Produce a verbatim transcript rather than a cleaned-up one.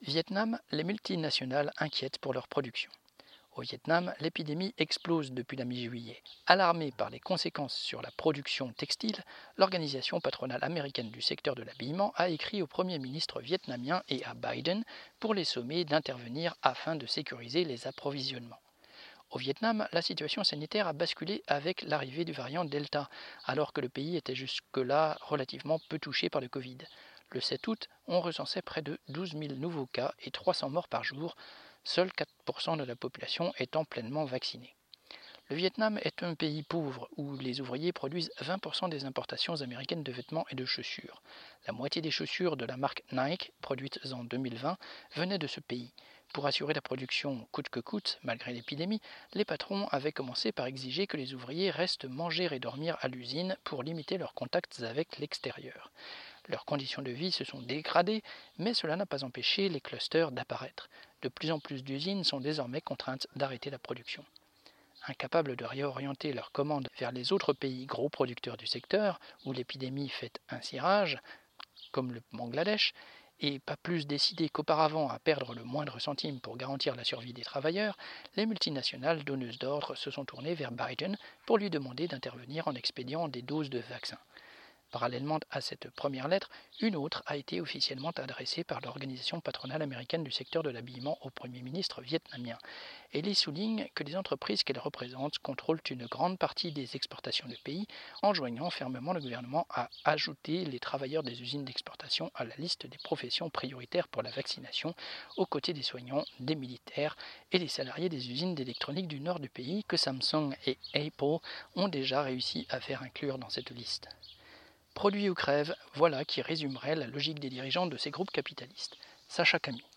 Vietnam, les multinationales inquiètent pour leur production. Au Vietnam, l'épidémie explose depuis la mi-juillet. Alarmée par les conséquences sur la production textile, l'organisation patronale américaine du secteur de l'habillement a écrit au Premier ministre vietnamien et à Biden pour les sommer d'intervenir afin de sécuriser les approvisionnements. Au Vietnam, la situation sanitaire a basculé avec l'arrivée du variant Delta, alors que le pays était jusque-là relativement peu touché par le Covid. Le sept août, on recensait près de douze mille nouveaux cas et trois cents morts par jour, seuls quatre pour cent de la population étant pleinement vaccinée. Le Vietnam est un pays pauvre où les ouvriers produisent vingt pour cent des importations américaines de vêtements et de chaussures. La moitié des chaussures de la marque Nike, produites en deux mille vingt, venaient de ce pays. Pour assurer la production coûte que coûte, malgré l'épidémie, les patrons avaient commencé par exiger que les ouvriers restent manger et dormir à l'usine pour limiter leurs contacts avec l'extérieur. Leurs conditions de vie se sont dégradées, mais cela n'a pas empêché les clusters d'apparaître. De plus en plus d'usines sont désormais contraintes d'arrêter la production. Incapables de réorienter leurs commandes vers les autres pays gros producteurs du secteur, où l'épidémie fait ainsi rage, comme le Bangladesh, et pas plus décidés qu'auparavant à perdre le moindre centime pour garantir la survie des travailleurs, les multinationales donneuses d'ordre se sont tournées vers Biden pour lui demander d'intervenir en expédiant des doses de vaccins. Parallèlement à cette première lettre, une autre a été officiellement adressée par l'organisation patronale américaine du secteur de l'habillement au Premier ministre vietnamien. Elle y souligne que les entreprises qu'elle représente contrôlent une grande partie des exportations du pays, enjoignant fermement le gouvernement à ajouter les travailleurs des usines d'exportation à la liste des professions prioritaires pour la vaccination, aux côtés des soignants, des militaires et des salariés des usines d'électronique du nord du pays que Samsung et Apple ont déjà réussi à faire inclure dans cette liste. Produit ou crève, voilà qui résumerait la logique des dirigeants de ces groupes capitalistes. Sacha Camille.